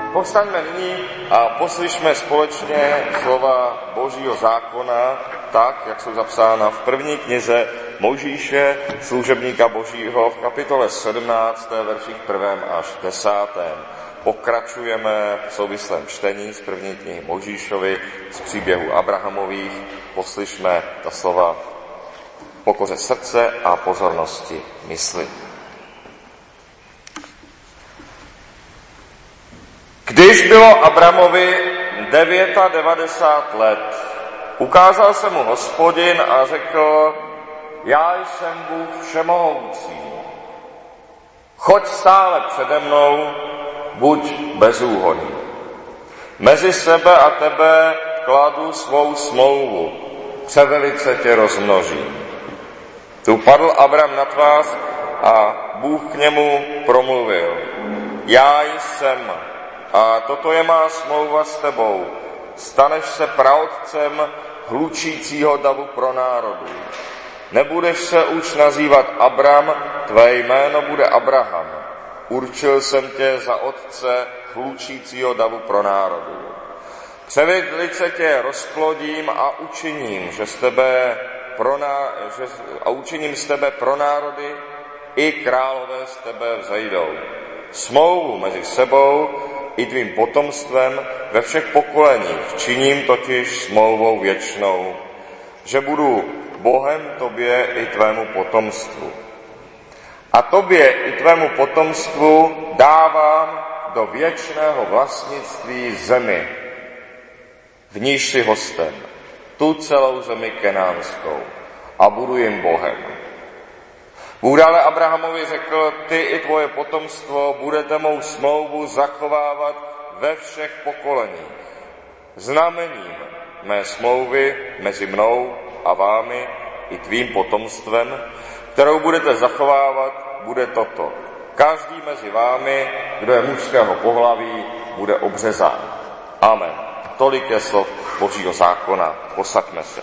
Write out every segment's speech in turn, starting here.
Povstaňme nyní a poslyšme společně slova Božího zákona, tak, jak jsou zapsána v první knize Mojžíše, služebníka Božího, v kapitole 17, verších 1. až 10. Pokračujeme v souvislém čtení z první knihy Mojžíšovi, z příběhu Abrahamových. Poslyšme ta slova pokoře srdce a pozornosti mysli. Když bylo Abramovi 99 let, ukázal se mu Hospodin a řekl: Já jsem Bůh všemohoucí. Choď stále přede mnou, buď bezúhonný. Mezi sebe a tebe kladu svou smlouvu, převelice tě rozmnožím. Tu padl Abram na tvář a Bůh k němu promluvil: Já jsem, a toto je má smlouva s tebou. Staneš se praotcem hlučícího davu pro národu. Nebudeš se už nazývat Abram, tvé jméno bude Abraham. Určil jsem tě za otce hlučícího davu pro národu. Převelice tě rozplodím a učiním, učiním z tebe pro národy, i králové z tebe vzejdou. Smlouvu mezi sebou i tvým potomstvem ve všech pokoleních činím totiž smlouvou věčnou, že budu Bohem tobě i tvému potomstvu. A tobě i tvému potomstvu dávám do věčného vlastnictví zemi, v níž si hostem, tu celou zemi kenánskou, a budu jim Bohem. Bůh dále Abrahamovi řekl: Ty i tvoje potomstvo budete mou smlouvu zachovávat ve všech pokoleních. Znamením mé smlouvy mezi mnou a vámi i tvým potomstvem, kterou budete zachovávat, bude toto. Každý mezi vámi, kdo je mužského pohlaví, bude obřezán. Amen. Tolik je slov Božího zákona. Posaďme se.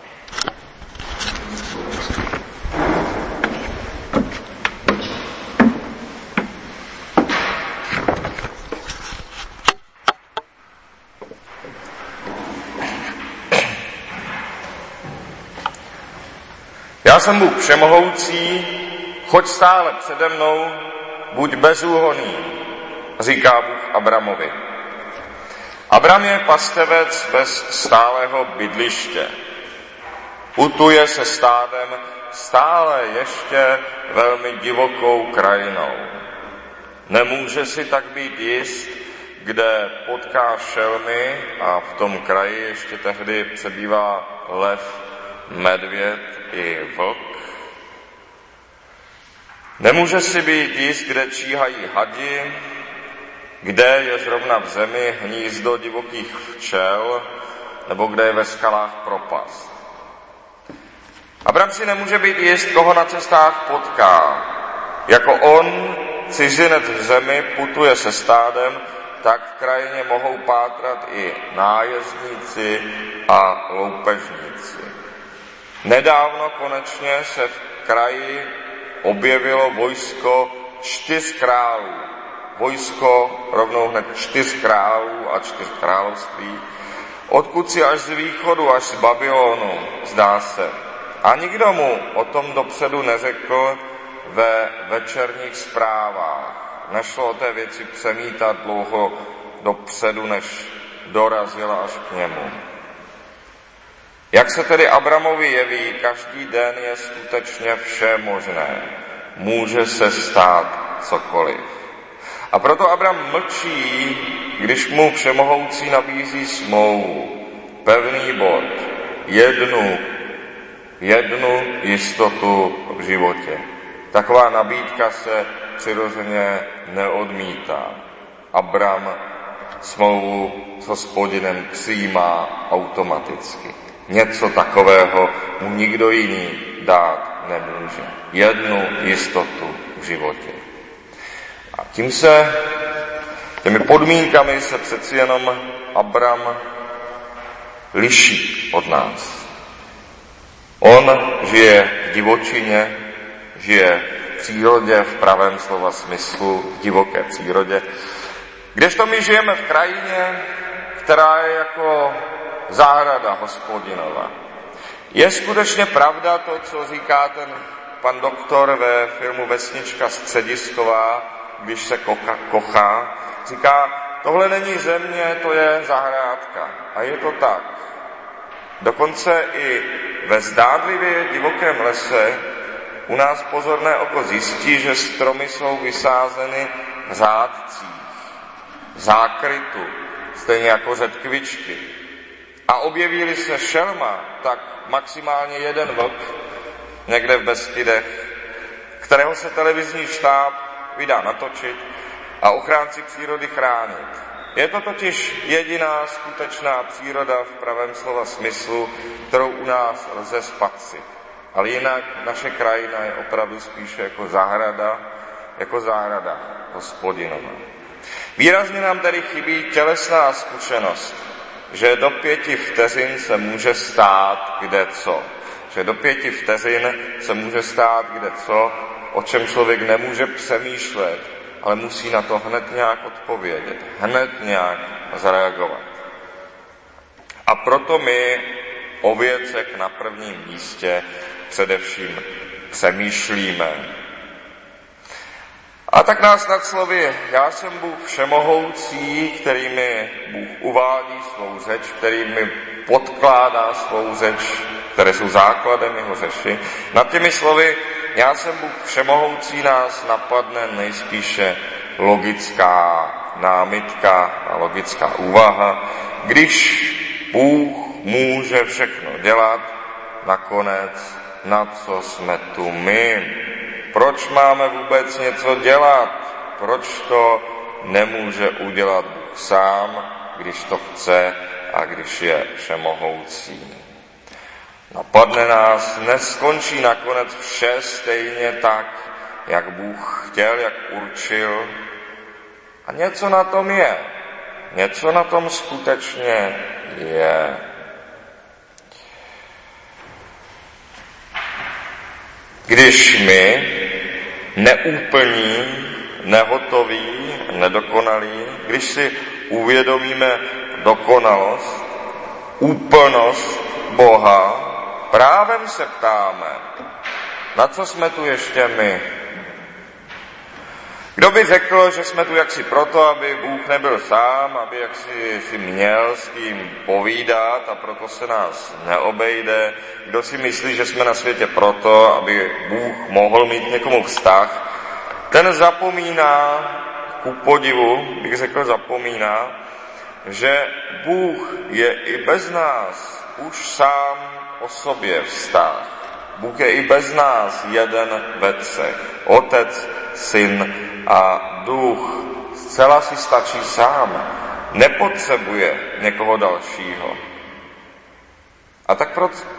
Já jsem Bůh všemohoucí, choď stále přede mnou, buď bezúhonný, říká Bůh Abramovi. Abram je pastevec bez stálého bydliště. Putuje se stádem stále ještě velmi divokou krajinou. Nemůže si tak být jist, kde potká šelmy, a v tom kraji ještě tehdy přebývá lev, medvěd i vlk. Nemůže si být jist, kde číhají hadi, kde je zrovna v zemi hnízdo divokých včel, nebo kde je ve skalách propast. Abram si nemůže být jist, koho na cestách potká. Jako on, cizinec v zemi, putuje se stádem, tak v krajině mohou pátrat i nájezdníci a loupežníci. Nedávno konečně se v kraji objevilo vojsko 4 králů. Vojsko rovnou hned 4 králů a 4 království, odkud si až z východu, až z Babylonu, zdá se. A nikdo mu o tom dopředu neřekl ve večerních zprávách. Nešlo o té věci přemítat dlouho dopředu, než dorazila až k němu. Jak se tedy Abramovi jeví, každý den je skutečně vše možné. Může se stát cokoliv. A proto Abram mlčí, když mu všemohoucí nabízí smlouvu, pevný bod, jednu jistotu v životě. Taková nabídka se přirozeně neodmítá. Abram smlouvu s Hospodinem přijímá automaticky. Něco takového mu nikdo jiný dát nemůže. Jednu jistotu v životě. A těmi podmínkami se přeci jenom Abram liší od nás. On žije v divočině, žije v přírodě v pravém slova smyslu, v divoké přírodě. Kdežto my žijeme v krajině, která je jako zahrada Hospodinova. Je skutečně pravda to, co říká ten pan doktor ve filmu Vesnička Středisková, když se kochá. Říká, tohle není země, to je zahrádka. A je to tak. Dokonce i ve zdánlivě divokém lese u nás pozorné oko zjistí, že stromy jsou vysázeny v řádcích, v zákrytu, stejně jako řetkvičky. A objeví-li se šelma, tak maximálně jeden vlk někde v Beskydech, kterého se televizní štáb vydá natočit a ochránci přírody chránit. Je to totiž jediná skutečná příroda v pravém slova smyslu, kterou u nás lze spatřit. Ale jinak naše krajina je opravdu spíše jako zahrada Hospodinova. Výrazně nám tedy chybí tělesná zkušenost, že do 5 vteřin se může stát kdeco. Že do 5 vteřin se může stát kdeco, o čem člověk nemůže přemýšlet, ale musí na to hned nějak odpovědět, hned nějak zareagovat. A proto my o věcech na prvním místě především přemýšlíme. A tak nás nad slovy, já jsem Bůh všemohoucí, který mi Bůh uvádí svou řeč, který mi podkládá svou řeč, které jsou základem jeho řeči. Nad těmi slovy, já jsem Bůh všemohoucí, nás napadne nejspíše logická námitka a logická úvaha. Když Bůh může všechno dělat, nakonec na co jsme tu my? Proč máme vůbec něco dělat? Proč to nemůže udělat Bůh sám, když to chce a když je všemohoucí? Napadne nás, neskončí nakonec vše stejně tak, jak Bůh chtěl, jak určil. A něco na tom je. Něco na tom skutečně je. Když my, neúplní, nehotoví, nedokonalí, když si uvědomíme dokonalost, úplnost Boha, právem se ptáme, na co jsme tu ještě my. Kdo by řekl, že jsme tu jaksi proto, aby Bůh nebyl sám, aby jaksi si měl s kým povídat a proto se nás neobejde. Kdo si myslí, že jsme na světě proto, aby Bůh mohl mít někomu vztah, ten zapomíná, ku podivu, bych řekl zapomíná, že Bůh je i bez nás už sám o sobě vztah. Bůh je i bez nás jeden ve třech. Otec, Syn a Duch. Zcela si stačí sám. Nepotřebuje někoho dalšího. A tak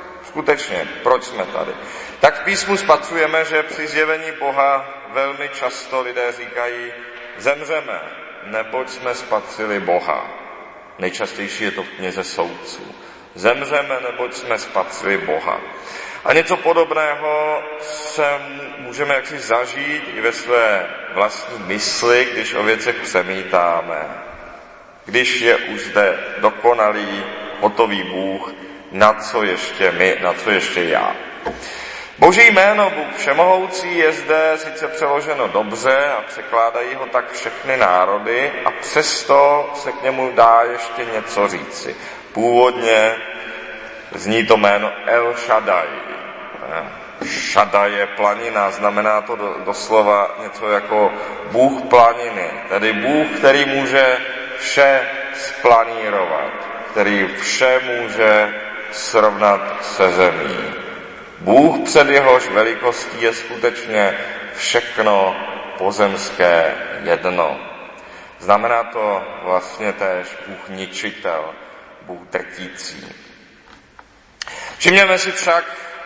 proč jsme tady? Tak v písmu spatřujeme, že při zjevení Boha velmi často lidé říkají, zemřeme, neboť jsme spatřili Boha. Nejčastější je to v knize Soudců. Zemřeme, neboť jsme spatřili Boha. A něco podobného se můžeme jaksi zažít i ve své vlastní mysli, když o věcech přemítáme. Když je už zde dokonalý, hotový Bůh, na co ještě my, na co ještě já. Boží jméno Bůh všemohoucí je zde sice přeloženo dobře a překládají ho tak všechny národy a přesto se k němu dá ještě něco říci. Původně zní to jméno El Shaddai. Shaddai je planina, znamená to doslova něco jako Bůh planiny, tedy Bůh, který může vše splanírovat, který vše může srovnat se zemí. Bůh, před jehož velikostí je skutečně všechno pozemské jedno. Znamená to vlastně též Bůh ničitel, Bůh drtící. Všimněme si však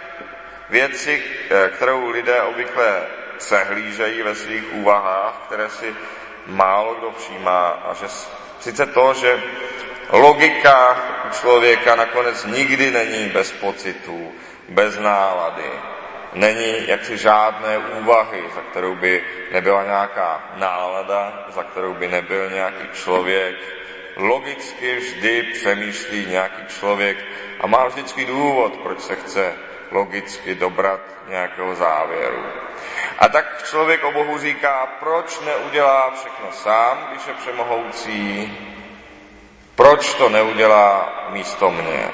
věci, kterou lidé obvykle přehlížejí ve svých úvahách, které si málo kdo všímá, a že sice to, že logika člověka nakonec nikdy není bez pocitů, bez nálady. není jaksi žádné úvahy, za kterou by nebyla nějaká nálada, za kterou by nebyl nějaký člověk. Logicky vždy přemýšlí nějaký člověk a má vždycky důvod, proč se chce logicky dobrat nějakého závěru. A tak člověk o Bohu říká, proč neudělá všechno sám, když je všemohoucí, proč to neudělá místo mě.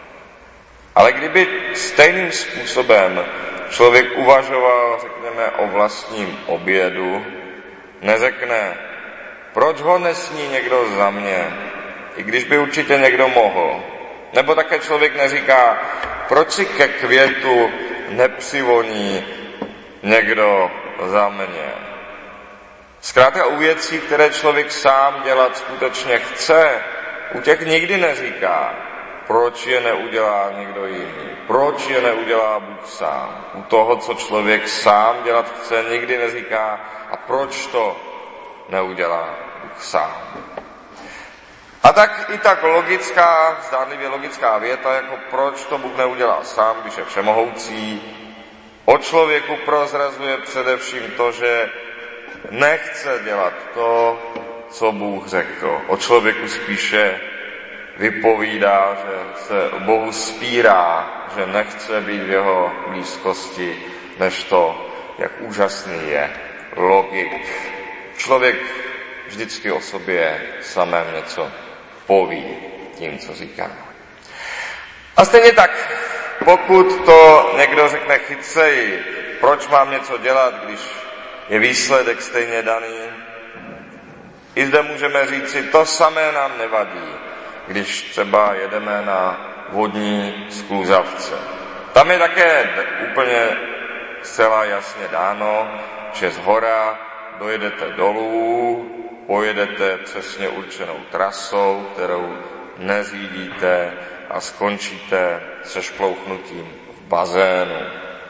Ale kdyby stejným způsobem člověk uvažoval, řekněme, o vlastním obědu, neřekne, proč ho nesní někdo za mě, i když by určitě někdo mohl. Nebo také člověk neříká, proč si ke květu nepřivoní někdo za mě. Zkrátka u věcí, které člověk sám dělat skutečně chce, u těch nikdy neříká, proč je neudělá někdo jiný, proč je neudělá Bůh sám. U toho, co člověk sám dělat chce, nikdy neříká, a proč to neudělá Bůh sám. A tak i tak logická, zdánlivě logická věta, jako proč to Bůh neudělá sám, když je všemohoucí, o člověku prozrazuje především to, že nechce dělat to, co Bůh řekl. O člověku spíše vypovídá, že se Bohu spírá, že nechce být v jeho blízkosti, než to, jak úžasný je logik. Člověk vždycky o sobě samém něco poví tím, co říká. A stejně tak, pokud to někdo řekne chytřeji, proč mám něco dělat, když je výsledek stejně daný, i zde můžeme říci, to samé nám nevadí, když třeba jedeme na vodní skluzavce. Tam je také úplně zcela jasně dáno, že zhora dojedete dolů, pojedete přesně určenou trasou, kterou neřídíte a skončíte se šplouchnutím v bazénu.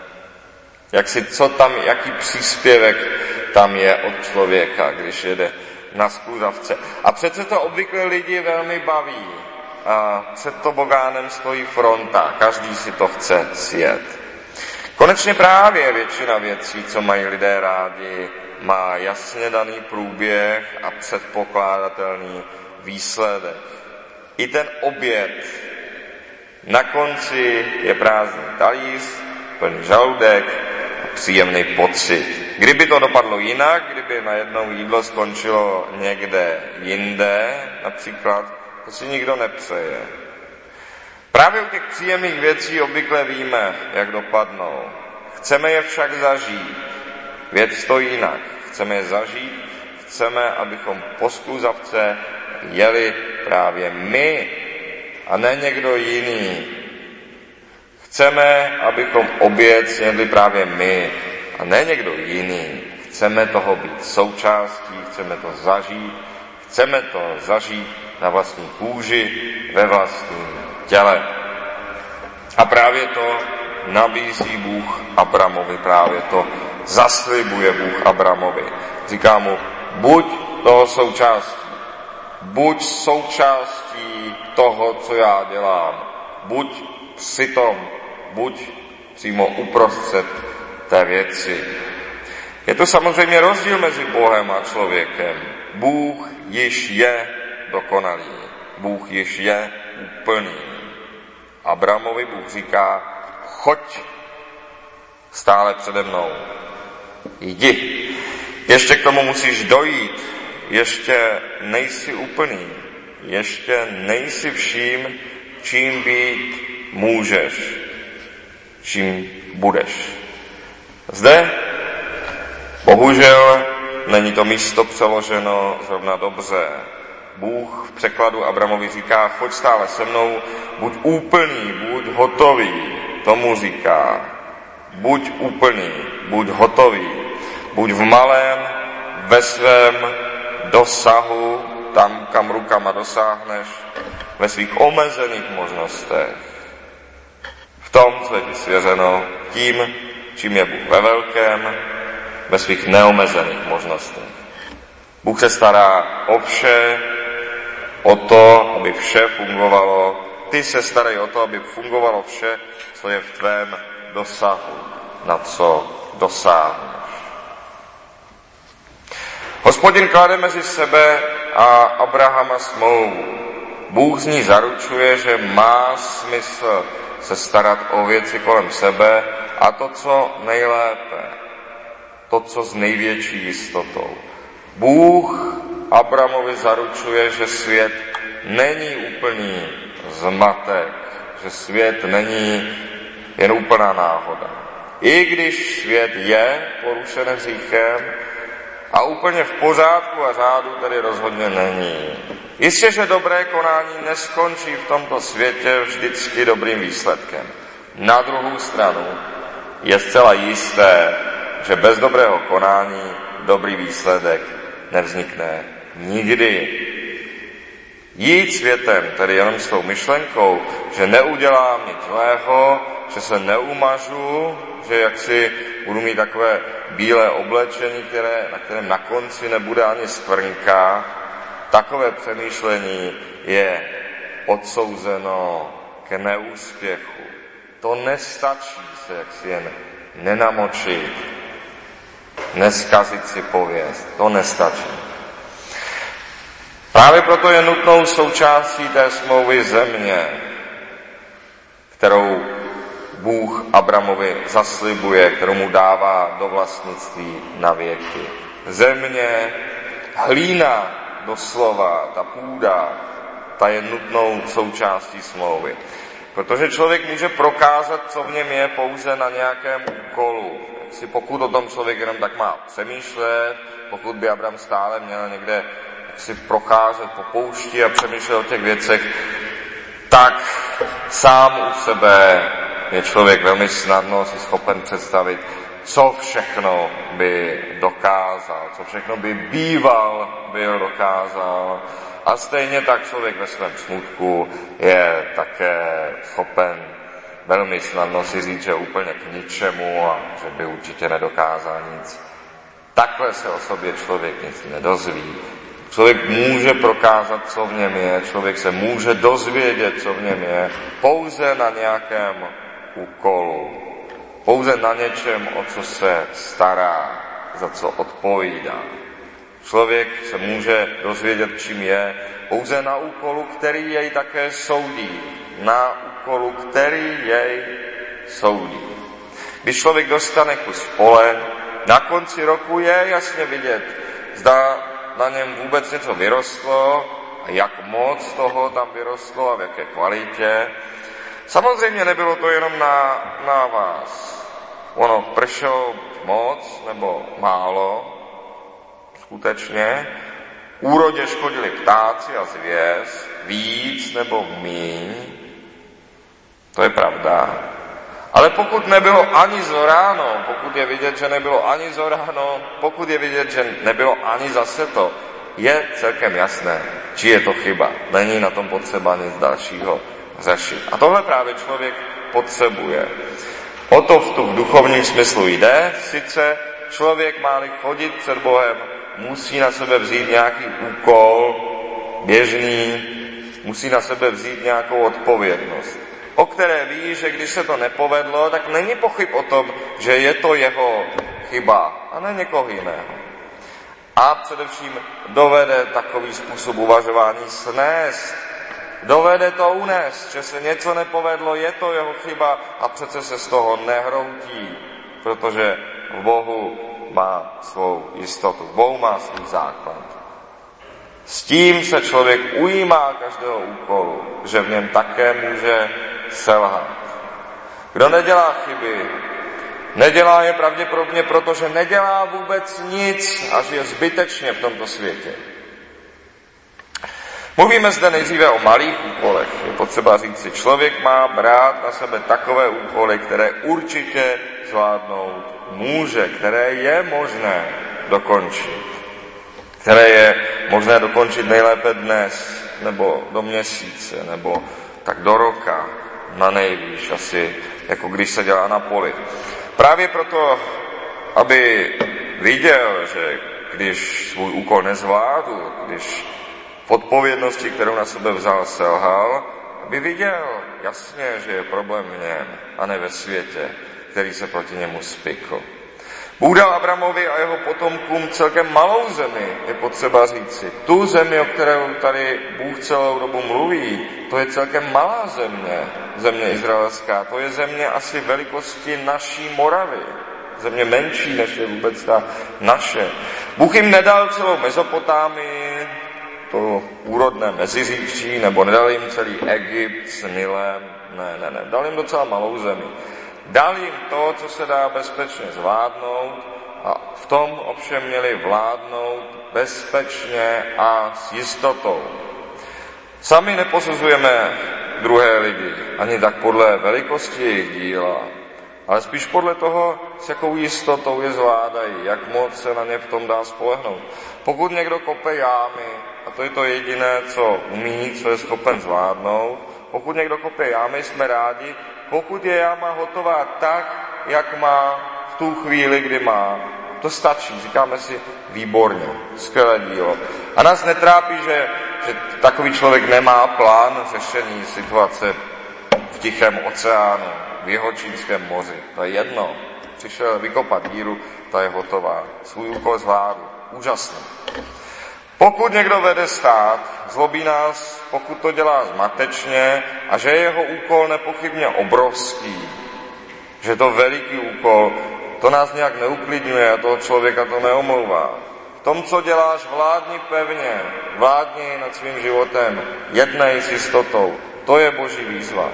Jaký příspěvek tam je od člověka, když jede na skluzavce. A přece to obvykle lidi velmi baví. A před tobogánem stojí fronta, každý si to chce sjet. Konečně právě většina věcí, co mají lidé rádi, má jasně daný průběh a předpokládatelný výsledek. I ten oběd. Na konci je prázdný talíř, plný žaludek a příjemný pocit. Kdyby to dopadlo jinak, kdyby najednou jídlo skončilo někde jinde, například, to si nikdo nepřeje. Právě u těch příjemných věcí obvykle víme, jak dopadnou. Chceme je však zažít. Věc to jinak. Chceme je zažít, chceme, abychom po skluzavce jeli právě my a ne někdo jiný. Chceme, abychom oběd snědli právě my a ne někdo jiný. Chceme toho být součástí, chceme to zažít na vlastní kůži, ve vlastním těle. A právě to nabízí Bůh Abramovi, právě to zaslibuje Bůh Abramovi. Říká mu, buď toho součástí, buď součástí toho, co já dělám, buď přitom, buď přímo uprostřed té věci. Je to samozřejmě rozdíl mezi Bohem a člověkem. Bůh již je dokonalý, Bůh již je úplný. Abramovi Bůh říká, choď stále přede mnou, jdi. Ještě k tomu musíš dojít, ještě nejsi úplný, ještě nejsi vším, čím být můžeš, čím budeš. Zde, bohužel, není to místo přeloženo zrovna dobře. Bůh v překladu Abramovi říká, choď stále se mnou, buď úplný, buď hotový. Tomu říká, buď úplný, buď hotový. Buď v malém, ve svém dosahu, tam, kam rukama dosáhneš, ve svých omezených možnostech. V tom, co je ti svěřeno, tím, čím je Bůh ve velkém, ve svých neomezených možnostech. Bůh se stará o vše, o to, aby vše fungovalo. Ty se starej o to, aby fungovalo vše, co je v tvém dosahu. na co dosáhneš. Hospodin klade mezi sebe a Abrahama smlouvu. Bůh z ní zaručuje, že má smysl se starat o věci kolem sebe a to, co nejlépe, to, co s největší jistotou. Bůh Abramovi zaručuje, že svět není úplný zmatek, že svět není jen úplná náhoda. I když svět je porušen hříchem a úplně v pořádku a řádu tedy rozhodně není. Jistě, že dobré konání neskončí v tomto světě vždycky dobrým výsledkem. Na druhou stranu je zcela jisté, že bez dobrého konání dobrý výsledek nevznikne nikdy. Jít světem, tedy jenom s tou myšlenkou, že neudělám nic zlého, že se neumažu, že jaksi budu mít takové bílé oblečení, na kterém na konci nebude ani skvrnka, takové přemýšlení je odsouzeno k neúspěchu. To nestačí se jaksi jen nenamočit, neskazit si pověst, to nestačí. Právě proto je nutnou součástí té smlouvy země, kterou Bůh Abramovi zaslibuje, kterou mu dává do vlastnictví na věky. Země, hlína doslova, ta půda, ta je nutnou součástí smlouvy. Protože člověk může prokázat, co v něm je, pouze na nějakém úkolu. Pokud o tom člověk jenom tak má přemýšlet, pokud by Abram stále měl někde si procházet po poušti a přemýšlet o těch věcech, tak sám u sebe je člověk velmi snadno si schopen představit, co všechno by dokázal, co všechno by byl dokázal. A stejně tak člověk ve svém smutku je také schopen velmi snadno si říct, že úplně k ničemu a že by určitě nedokázal nic. Takhle se o sobě člověk nic nedozví. Člověk může prokázat, co v něm je, člověk se může dozvědět, co v něm je, pouze na nějakém úkolu, pouze na něčem, o co se stará, za co odpovídá. Člověk se může dozvědět, čím je, pouze na úkolu, který jej také soudí. Na úkolu, který jej soudí. Když člověk dostane kus pole, na konci roku je jasně vidět, zda na něm vůbec něco vyrostlo a jak moc toho tam vyrostlo a v jaké kvalitě. Samozřejmě nebylo to jenom na vás. Ono pršelo moc nebo málo, skutečně. Úrodě škodili ptáci a zvěř, víc nebo míň. To je pravda. Ale pokud nebylo ani zoráno, pokud je vidět, že nebylo ani zoráno, pokud je vidět, že nebylo ani zaseto, je celkem jasné, či je to chyba. Není na tom potřeba nic dalšího řešit. A tohle právě člověk potřebuje. O to v duchovním smyslu jde. Sice člověk má-li chodit před Bohem, musí na sebe vzít nějaký úkol běžný, musí na sebe vzít nějakou odpovědnost, o které ví, že když se to nepovedlo, tak není pochyb o tom, že je to jeho chyba a ne někoho jiného. A především dovede takový způsob uvažování snést. Dovede to unést, že se něco nepovedlo, je to jeho chyba a přece se z toho nehroutí, protože v Bohu má svou jistotu, v Bohu má svůj základ. S tím se člověk ujímá každého úkolu, že v něm také může selhat. Kdo nedělá chyby, nedělá je pravděpodobně proto, že nedělá vůbec nic a žije zbytečně v tomto světě. Mluvíme zde nejdříve o malých úkolech. Je potřeba říct si, člověk má brát na sebe takové úkoly, které určitě zvládnout může, které je možné dokončit. Které je možné dokončit nejlépe dnes, nebo do měsíce, nebo tak do roka, na nejvýš, asi jako když se dělá na poli. Právě proto, aby viděl, že když svůj úkol nezvládl, když v odpovědnosti, kterou na sebe vzal, selhal, aby viděl jasně, že je problém v něm a ne ve světě. který se proti němu spikl. Bůh dal Abramovi a jeho potomkům celkem malou zemi, je potřeba říci. Tu zemi, o kterou tady Bůh celou dobu mluví, to je celkem malá země izraelská. To je země asi velikosti naší Moravy. Země menší, než je vůbec ta naše. Bůh jim nedal celou Mezopotámii, to úrodné Meziříčí, nebo nedal jim celý Egypt s Nilem. Ne. Dal jim docela malou zemi. Dal jim to, co se dá bezpečně zvládnout, a v tom ovšem měli vládnout bezpečně a s jistotou. Sami neposuzujeme druhé lidi, ani tak podle velikosti jejich díla, ale spíš podle toho, s jakou jistotou je zvládají, jak moc se na ně v tom dá spolehnout. Pokud někdo kope jámy, a to je to jediné, co umí, co je schopen zvládnout, pokud někdo kope jámy, jsme rádi, pokud je jáma hotová tak, jak má v tu chvíli, kdy má. To stačí, říkáme si, výborně, skvělé dílo. A nás netrápí, že takový člověk nemá plán řešení situace v Tichém oceánu, v Jihočínském moři. To je jedno. Přišel vykopat díru, ta je hotová. Svůj úkol zvládl. Úžasný. Pokud někdo vede stát, zlobí nás, pokud to dělá zmatečně a že je jeho úkol nepochybně obrovský, že to veliký úkol, to nás nějak neuklidňuje a toho člověka to neomlouvá. V tom, co děláš, vládni pevně, vládni nad svým životem, jednej s jistotou. To je Boží výzva.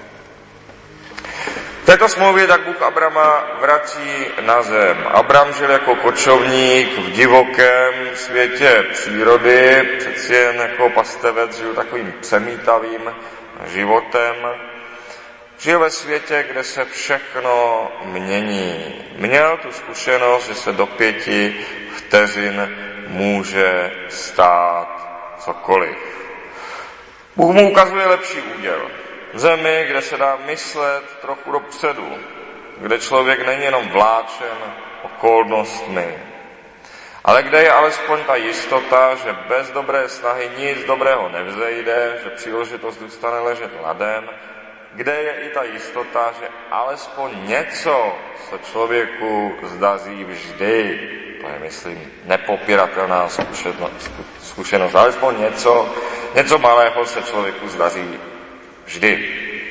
V této smlouvě tak Bůh Abrama vrací na zem. Abram žil jako kočovník v divokém světě přírody, přeci jen jako pastevec žil takovým přemítavým životem. Žil ve světě, kde se všechno mění. Měl tu zkušenost, že se do 5 vteřin může stát cokoliv. Bůh mu ukazuje lepší úděl. V zemi, kde se dá myslet trochu dopředu, kde člověk není jenom vláčen okolnostmi, ale kde je alespoň ta jistota, že bez dobré snahy nic dobrého nevzejde, že příležitost zůstane ležet ladem, kde je i ta jistota, že alespoň něco se člověku zdaří vždy. To je, myslím, nepopiratelná zkušenost. Alespoň něco malého se člověku zdaří vždy.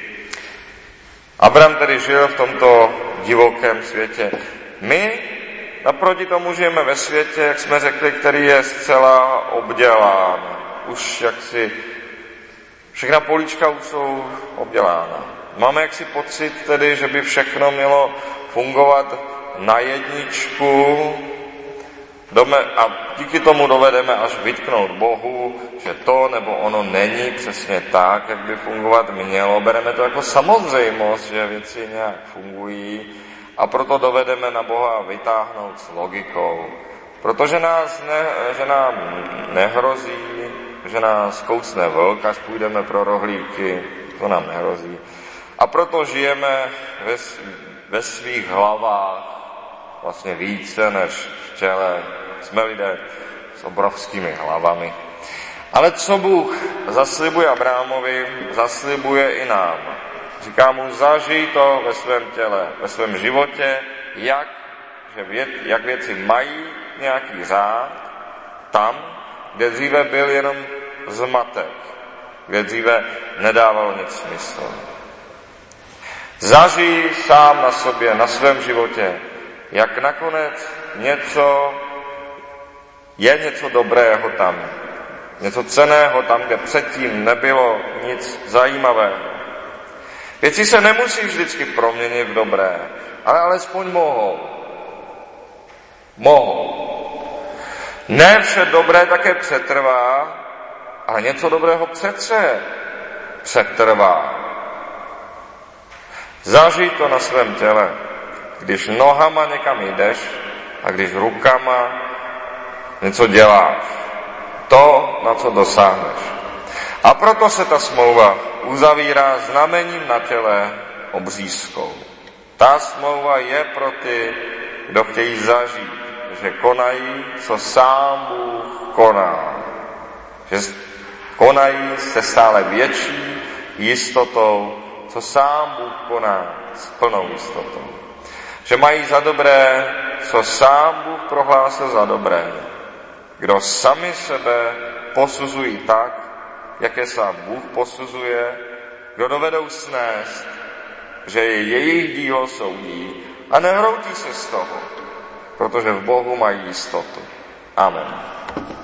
Abram tedy žil v tomto divokém světě. My naproti tomu žijeme ve světě, jak jsme řekli, který je zcela obdělán. Už jaksi všechna políčka už jsou obdělána. Máme jaksi pocit tedy, že by všechno mělo fungovat na jedničku, a díky tomu dovedeme až vytknout Bohu, že to nebo ono není přesně tak, jak by fungovat mělo. Bereme to jako samozřejmost, že věci nějak fungují, a proto dovedeme na Boha vytáhnout s logikou. Protože že nám nehrozí, že nás koucne vlk, až půjdeme pro rohlíky, to nám nehrozí. A proto žijeme ve svých hlavách vlastně více než v těle. Jsme lidé s obrovskými hlavami. Ale co Bůh zaslibuje Abrahamovi, zaslibuje i nám. Říká mu, zažij to ve svém těle, ve svém životě, jak věci mají nějaký řád, tam, kde dříve byl jenom zmatek, kde dříve nedávalo nic smysl. Zažij sám na sobě, na svém životě, jak nakonec je něco dobrého tam, něco cenného tam, kde předtím nebylo nic zajímavého. Věci se nemusí vždycky proměnit v dobré, ale alespoň mohou. Ne vše dobré také přetrvá, ale něco dobrého přece přetrvá. Zažij to na svém těle, když nohama někam jdeš a když rukama něco děláš. To, na co dosáhneš. A proto se ta smlouva uzavírá znamením na těle obřízkou. Ta smlouva je pro ty, kdo chtějí zažít, že konají, co sám Bůh koná. Že konají se stále větší jistotou, co sám Bůh koná s plnou jistotou. že mají za dobré, co sám Bůh prohlásil za dobré, kdo sami sebe posuzují tak, jak je sám Bůh posuzuje, kdo dovedou snést, že je jejich dílo soudí a nehroutí se z toho, protože v Bohu mají jistotu. Amen.